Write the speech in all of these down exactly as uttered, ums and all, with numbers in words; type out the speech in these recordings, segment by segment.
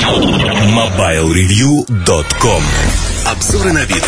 мобайл ревью точка ком. Обзоры новинок.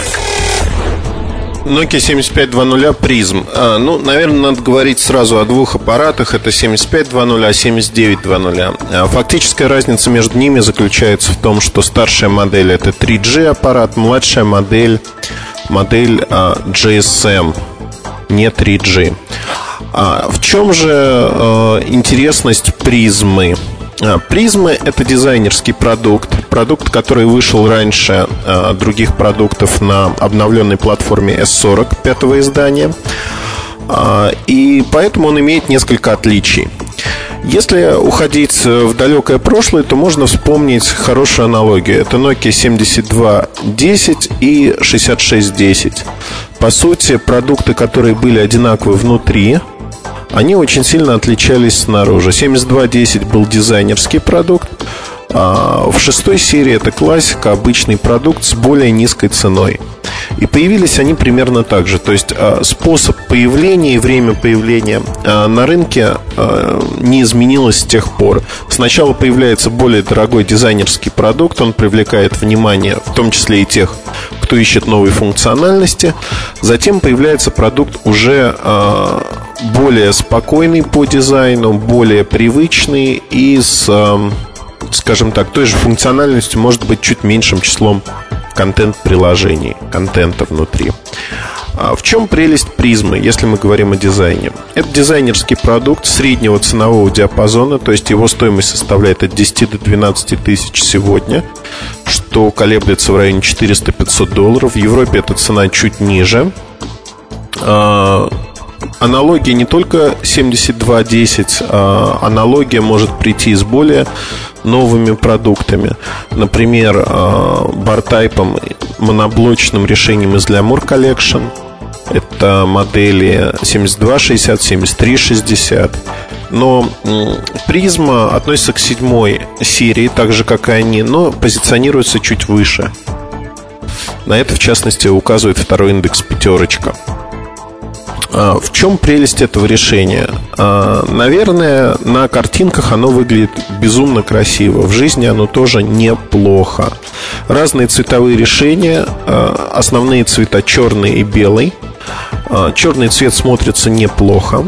Nokia семьдесят пять двадцать Prism. а, Ну, наверное, надо говорить сразу о двух аппаратах. Это семьдесят пять двадцать, а семьдесят девять двадцать. а, Фактическая разница между ними заключается в том, что старшая модель — это три джи аппарат, младшая модель Модель а, джи эс эм, не три джи. а, В чем же а, интересность призмы? Призмы — это дизайнерский продукт. Продукт, который вышел раньше э, других продуктов на обновленной платформе эс сорок пятого издания. э, И поэтому он имеет несколько отличий. Если уходить в далекое прошлое, то можно вспомнить хорошую аналогию. Это Nokia семьдесят два десять и шестьдесят шесть десять. По сути, продукты, которые были одинаковы внутри, они очень сильно отличались снаружи. семьдесят два десять был дизайнерский продукт, а в шестой серии это классика, обычный продукт с более низкой ценой. И появились они примерно так же. То есть способ появления и время появления на рынке не изменилось с тех пор. Сначала появляется более дорогой дизайнерский продукт. Он привлекает внимание, в том числе и тех, кто ищет новые функциональности. Затем появляется продукт уже более спокойный по дизайну, более привычный и с, скажем так, той же функциональностью, может быть, чуть меньшим числом контент-приложений, контента внутри. В чем прелесть призмы, если мы говорим о дизайне? Это дизайнерский продукт среднего ценового диапазона, то есть его стоимость составляет от десяти до двенадцати тысяч сегодня, что колеблется в районе четыреста-пятьсот долларов. В Европе эта цена чуть ниже. Аналогия не только семьдесят два десять, а аналогия может прийти с более новыми продуктами. Например, бартайпом, моноблочным решением из Glamour Collection. Это модели семьдесят два шестьдесят, семьдесят три шестьдесят. Но призма относится к седьмой серии, так же как и они, но позиционируется чуть выше. На это, в частности, указывает второй индекс пятерочка. В чем прелесть этого решения? Наверное, на картинках оно выглядит безумно красиво. В жизни оно тоже неплохо. Разные цветовые решения. Основные цвета черный и белый. Черный цвет смотрится неплохо.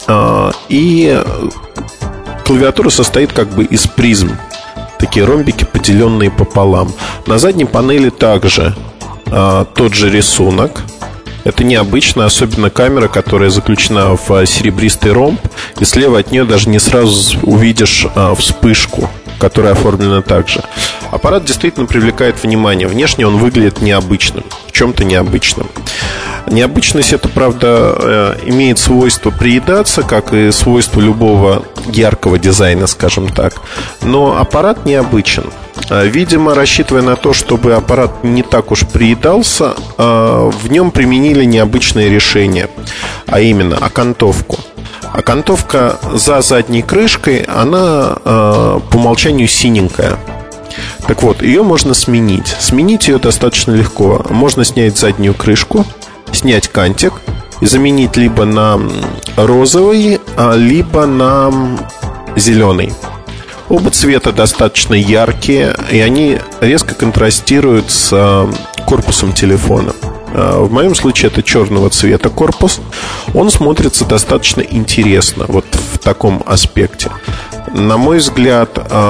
И клавиатура состоит как бы из призм. Такие ромбики, поделенные пополам. На задней панели также тот же рисунок. Это необычно, особенно камера, которая заключена в серебристый ромб, и слева от нее даже не сразу увидишь а, вспышку, которая оформлена так же. Аппарат действительно привлекает внимание. Внешне он выглядит необычным, в чем-то необычным. Необычность эта, правда, имеет свойство приедаться, как и свойство любого яркого дизайна, скажем так. Но аппарат необычен. Видимо, рассчитывая на то, чтобы аппарат не так уж приедался, в нем применили необычное решение, а именно окантовку. Окантовка за задней крышкой, она по умолчанию синенькая. Так вот, ее можно сменить. Сменить ее достаточно легко. Можно снять заднюю крышку, снять кантик и заменить либо на розовый, либо на зеленый. Оба цвета достаточно яркие, и они резко контрастируют с корпусом телефона. В моем случае это черного цвета корпус. Он смотрится достаточно интересно вот в таком аспекте. На мой взгляд,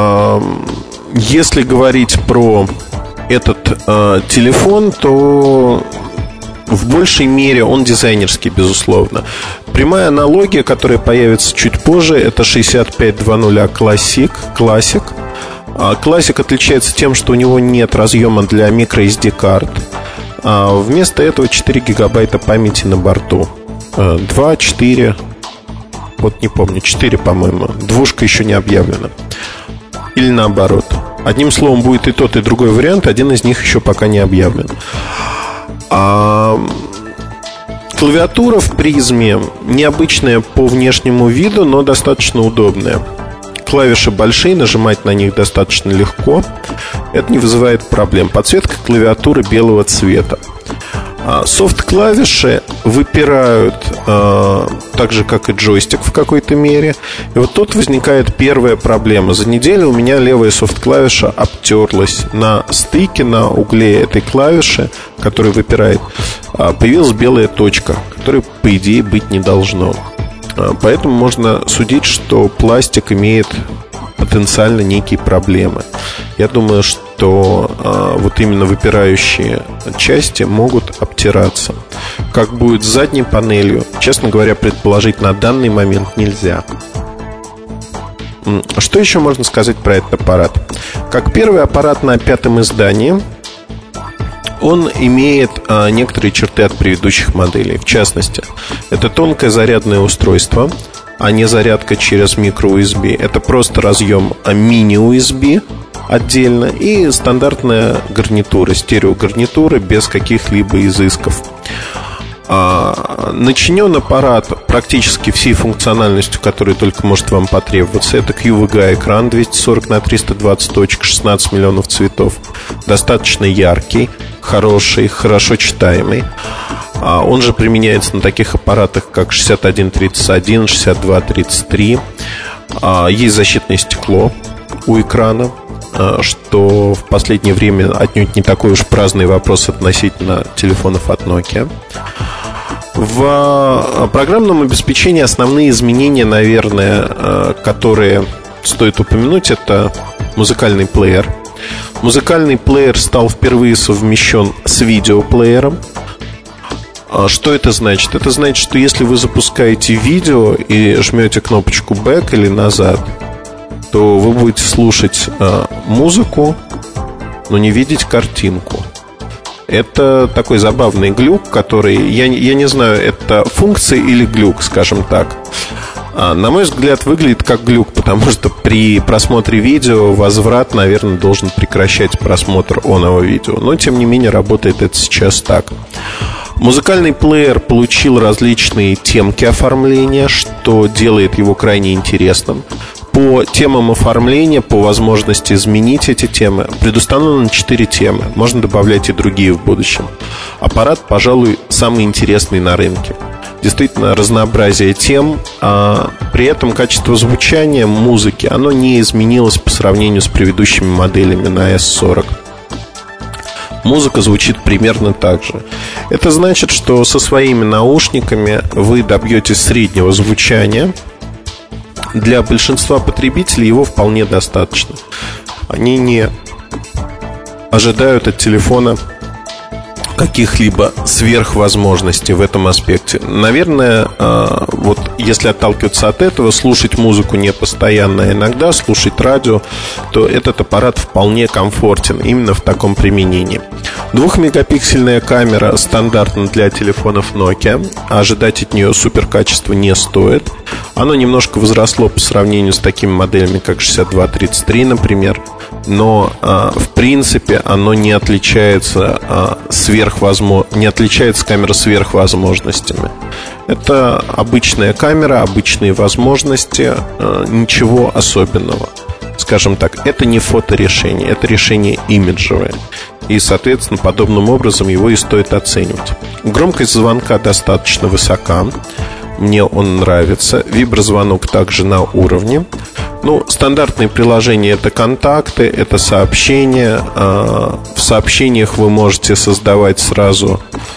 если говорить про этот телефон, то в большей мере он дизайнерский, безусловно. Прямая аналогия, которая появится чуть позже, это шестьдесят пять двадцать Classic. Classic. Classic отличается тем, что у него нет разъема для microSD карт. Вместо этого четыре гигабайта памяти на борту. два, четыре, вот не помню, четыре, по-моему. Двушка еще не объявлена. Или наоборот. Одним словом, будет и тот, и другой вариант. Один из них еще пока не объявлен. А клавиатура в призме необычная по внешнему виду, но достаточно удобная. Клавиши большие, нажимать на них достаточно легко. Это не вызывает проблем. Подсветка клавиатуры белого цвета. Софт-клавиши выпирают э, так же, как и джойстик в какой-то мере. И вот тут возникает первая проблема. За неделю у меня левая софт-клавиша обтерлась. На стыке, на угле этой клавиши, которая выпирает, появилась белая точка, которой, по идее, быть не должно. Поэтому можно судить, что пластик имеет потенциально некие проблемы. Я думаю, что э, вот именно выпирающие части могут обтираться. Как будет с задней панелью, честно говоря, предположить на данный момент нельзя. Что еще можно сказать про этот аппарат? Как первый аппарат на пятом издании, он имеет э, некоторые черты от предыдущих моделей. В частности, это тонкое зарядное устройство, а не зарядка через микро-ю эс би. Это просто разъем мини-ю эс би отдельно и стандартная гарнитура, стереогарнитура без каких-либо изысков. а, Начинен аппарат практически всей функциональностью, которая только может вам потребоваться. Это кью ви джи экран двести сорок на триста двадцать точек, шестнадцать миллионов цветов. Достаточно яркий, хороший, хорошо читаемый. Он же применяется на таких аппаратах, как шестьдесят один тридцать один, шестьдесят два тридцать три. Есть защитное стекло у экрана, что в последнее время отнюдь не такой уж праздный вопрос относительно телефонов от Nokia. В программном обеспечении основные изменения, наверное, которые стоит упомянуть, это музыкальный плеер. Музыкальный плеер стал впервые совмещен с видеоплеером. Что это значит? Это значит, что если вы запускаете видео и жмете кнопочку «Back» или «Назад», то вы будете слушать э, музыку, но не видеть картинку. Это такой забавный глюк, который, я, я не знаю, это функция или глюк, скажем так. а, На мой взгляд, выглядит как глюк, потому что при просмотре видео возврат, наверное, должен прекращать просмотр оного видео. Но, тем не менее, работает это сейчас так. Музыкальный плеер получил различные темки оформления, что делает его крайне интересным. По темам оформления, по возможности изменить эти темы, предустановлено четыре темы. Можно добавлять и другие в будущем. Аппарат, пожалуй, самый интересный на рынке. Действительно, разнообразие тем, а при этом качество звучания музыки, оно не изменилось по сравнению с предыдущими моделями на эс сорок. Музыка звучит примерно так же. Это значит, что со своими наушниками вы добьетесь среднего звучания. Для большинства потребителей его вполне достаточно. Они не ожидают от телефона каких-либо сверхвозможностей в этом аспекте. Наверное, вот если отталкиваться от этого, слушать музыку не постоянно, а иногда слушать радио, то этот аппарат вполне комфортен именно в таком применении. Двухмегапиксельная камера стандартна для телефонов Nokia. Ожидать от нее суперкачества не стоит. Оно немножко возросло по сравнению с такими моделями, как шестьдесят два тридцать три, например. Но в принципе оно не отличается сверхвозможно... не отличается камера сверхвозможностями. Это обычная камера, обычные возможности, ничего особенного. Скажем так, это не фоторешение, это решение имиджевое. И, соответственно, подобным образом его и стоит оценивать. Громкость звонка достаточно высока. Мне он нравится. Виброзвонок также на уровне. Ну, стандартные приложения — это контакты, это сообщения. В сообщениях вы можете создавать сразу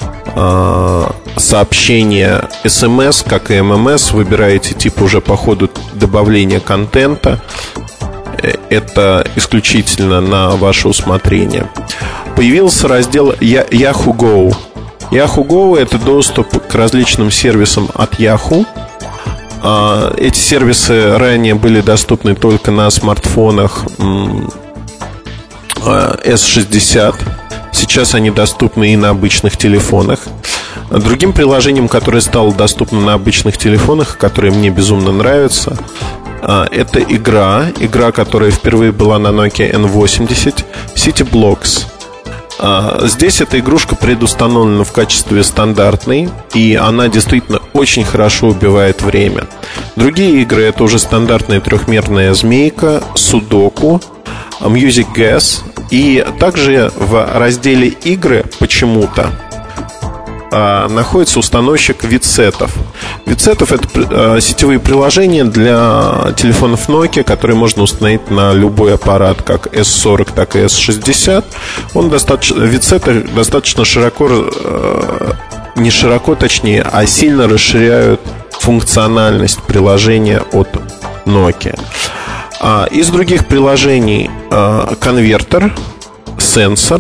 сообщения эс эм эс, как и эм эм эс. Выбираете тип уже по ходу добавления контента. Это исключительно на ваше усмотрение. Появился раздел Yahoo Go. Yahoo Go — это доступ к различным сервисам от Yahoo. Эти сервисы ранее были доступны только на смартфонах эс шестьдесят. Сейчас они доступны и на обычных телефонах. Другим приложением, которое стало доступно на обычных телефонах, которое мне безумно нравится, это игра, игра, которая впервые была на Nokia эн восемьдесят, City Blocks. Здесь эта игрушка предустановлена в качестве стандартной, и она действительно очень хорошо убивает время. Другие игры — это уже стандартная трехмерная змейка, судоку, Music Guess. И также в разделе игры почему-то а, находится установщик Витсетов. Витсетов — это а, сетевые приложения для телефонов Nokia, которые можно установить на любой аппарат, как эс сорок, так и эс шестьдесят. Он достаточно, Витсеты достаточно широко, а, не широко, точнее, а сильно расширяют функциональность приложения от Nokia. а, Из других приложений а, конвертер, сенсор,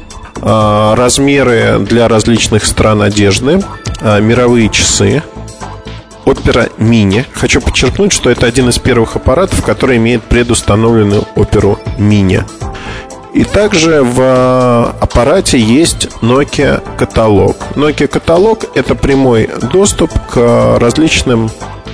размеры для различных стран одежды, мировые часы, Opera Mini. Хочу подчеркнуть, что это один из первых аппаратов, который имеет предустановленную Opera Mini. И также в аппарате есть Nokia каталог. Nokia каталог — это прямой доступ к различным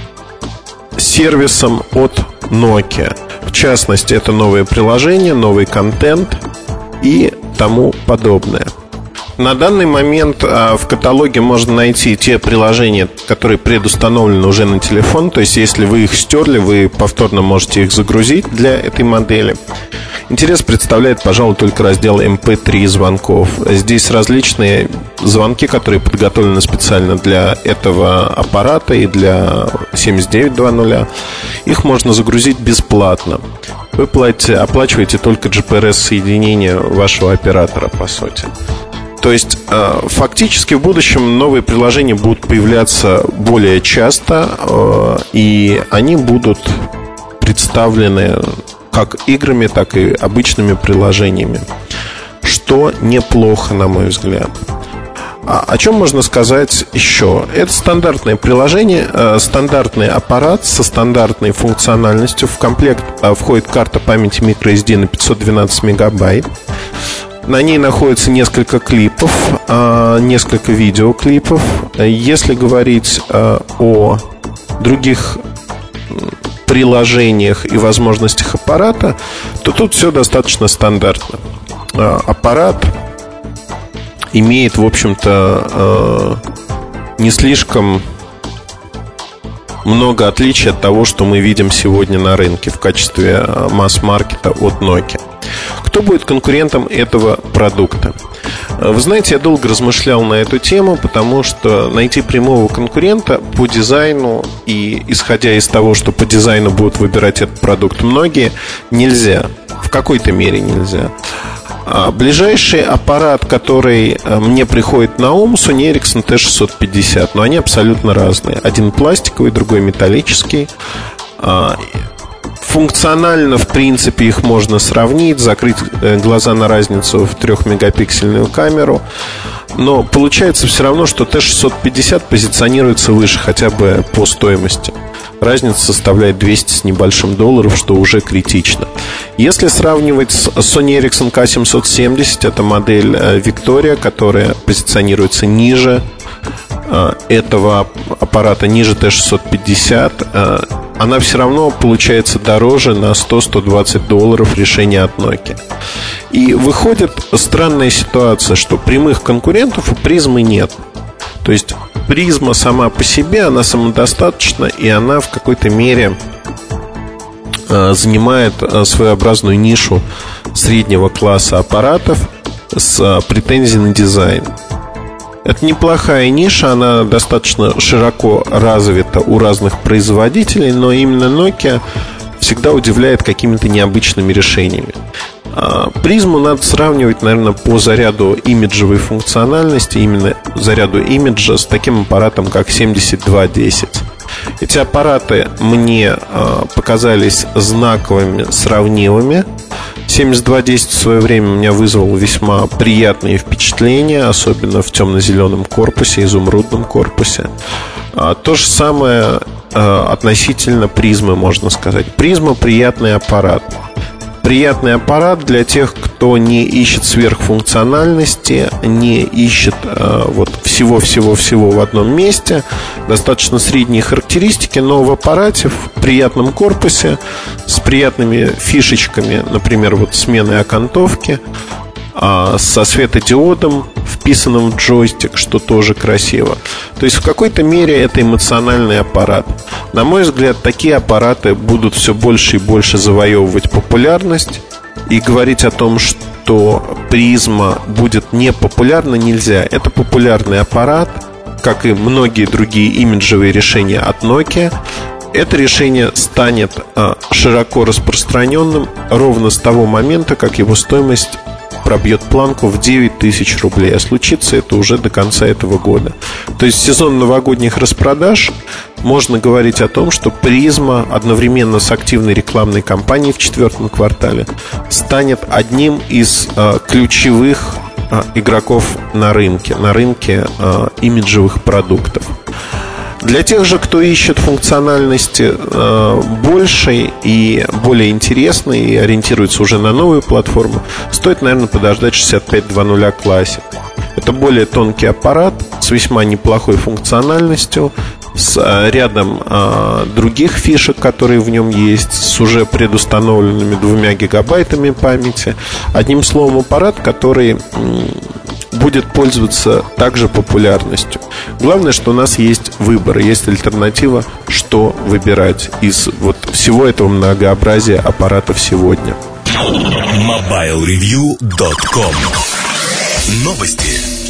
сервисам от Nokia. В частности, это новые приложения, новый контент и тому подобное. На данный момент в каталоге можно найти те приложения, которые предустановлены уже на телефон. То есть, если вы их стерли, вы повторно можете их загрузить для этой модели. Интерес представляет, пожалуй, только раздел эм пэ три звонков. Здесь различные звонки, которые подготовлены специально для этого аппарата и для семьдесят девять двадцать. Их можно загрузить бесплатно. Вы платите, оплачиваете только джи пи ар эс-соединение вашего оператора, по сути. То есть, фактически в будущем новые приложения будут появляться более часто, и они будут представлены как играми, так и обычными приложениями, что неплохо, на мой взгляд. А о чем можно сказать еще? Это стандартное приложение, э, стандартный аппарат со стандартной функциональностью. В комплект э, входит карта памяти microSD на пятьсот двенадцать мегабайт. На ней находится несколько клипов, э, несколько видеоклипов. Если говорить э, о других приложениях и возможностях аппарата, то тут все достаточно стандартно. э, Аппарат имеет, в общем-то, не слишком много отличий от того, что мы видим сегодня на рынке в качестве масс-маркета от Nokia. Кто будет конкурентом этого продукта? Вы знаете, я долго размышлял на эту тему, потому что найти прямого конкурента по дизайну и исходя из того, что по дизайну будут выбирать этот продукт многие, нельзя. В какой-то мере нельзя. Ближайший аппарат, который мне приходит на ум, Sony Ericsson ти шестьсот пятьдесят. Но они абсолютно разные. Один пластиковый, другой металлический. Функционально, в принципе, их можно сравнить, закрыть глаза на разницу в трехмегапиксельную камеру. Но получается все равно, что ти шестьсот пятьдесят позиционируется выше хотя бы по стоимости. Разница составляет двести с небольшим долларов, что уже критично. Если сравнивать с Sony Ericsson ка семьсот семьдесят, это модель Victoria, которая позиционируется ниже этого аппарата, ниже ти шестьсот пятьдесят, она все равно получается дороже на сто - сто двадцать долларов решение от Nokia. И выходит странная ситуация, что прямых конкурентов у призмы нет. То есть призма сама по себе, она самодостаточна, и она в какой-то мере э, занимает э, своеобразную нишу среднего класса аппаратов с э, претензией на дизайн. Это неплохая ниша, она достаточно широко развита у разных производителей, но именно Nokia всегда удивляет какими-то необычными решениями. Призму надо сравнивать, наверное, по заряду имиджевой функциональности, именно заряду имиджа с таким аппаратом, как семьдесят два десять. Эти аппараты мне э, показались знаковыми, сравнимыми. семьдесят два десять в свое время у меня вызвал весьма приятные впечатления, особенно в темно-зеленом корпусе, изумрудном корпусе. а, То же самое э, относительно призмы, можно сказать. Призма — приятный аппарат. Приятный аппарат для тех, кто не ищет сверхфункциональности, не ищет э, вот всего-всего-всего в одном месте. Достаточно средние характеристики, но в аппарате, в приятном корпусе, с приятными фишечками, например, вот сменой окантовки, э, со светодиодом, вписанным в джойстик, что тоже красиво. То есть в какой-то мере это эмоциональный аппарат. На мой взгляд, такие аппараты будут все больше и больше завоевывать популярность. И говорить о том, что что призма будет непопулярна, нельзя. Это популярный аппарат, как и многие другие имиджевые решения от Nokia. Это решение станет а, широко распространенным ровно с того момента, как его стоимость пробьет планку в девять тысяч рублей. А случится это уже до конца этого года. То есть в сезон новогодних распродаж можно говорить о том, что призма одновременно с активной рекламной кампанией в четвертом квартале станет одним из а, ключевых а, игроков на рынке, на рынке а, имиджевых продуктов. Для тех же, кто ищет функциональности э, большей и более интересной и ориентируется уже на новую платформу, стоит, наверное, подождать шестьдесят пять двадцать Classic. Это более тонкий аппарат с весьма неплохой функциональностью, с э, рядом э, других фишек, которые в нем есть, с уже предустановленными двумя гигабайтами памяти. Одним словом, аппарат, который... М- будет пользоваться также популярностью. Главное, что у нас есть выбор, есть альтернатива, что выбирать из вот всего этого многообразия аппаратов сегодня. мобайл ревью точка ком. Новости.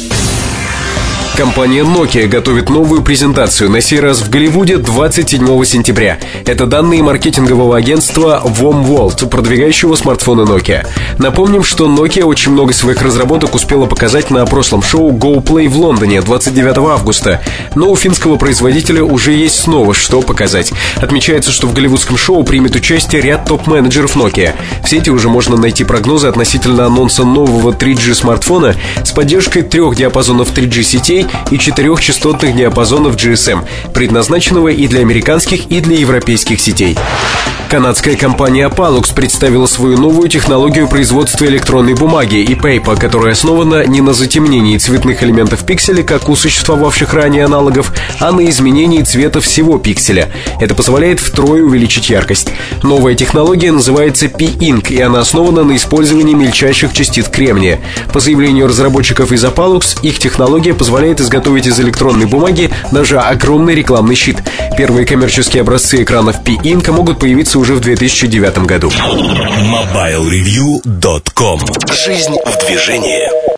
Компания Nokia готовит новую презентацию, на сей раз в Голливуде двадцать седьмого сентября. Это данные маркетингового агентства Wormworld, продвигающего смартфоны Nokia. Напомним, что Nokia очень много своих разработок успела показать на прошлом шоу Go Play в Лондоне двадцать девятого августа. Но у финского производителя уже есть снова что показать. Отмечается, что в голливудском шоу примет участие ряд топ-менеджеров Nokia. В сети уже можно найти прогнозы относительно анонса нового три джи смартфона с поддержкой трех диапазонов три джи сетей и четырех частотных диапазонов джи эс эм, предназначенного и для американских, и для европейских сетей. Канадская компания Apalux представила свою новую технологию производства электронной бумаги ePaper, которая основана не на затемнении цветных элементов пикселя, как у существовавших ранее аналогов, а на изменении цвета всего пикселя. Это позволяет втрое увеличить яркость. Новая технология называется P-Ink, и она основана на использовании мельчайших частиц кремния. По заявлению разработчиков из Apalux, их технология позволяет изготовить из электронной бумаги даже огромный рекламный щит. Первые коммерческие образцы экранов P-Ink могут появиться уже в две тысячи девятом году. мобайл ревью точка ком. Жизнь в движении.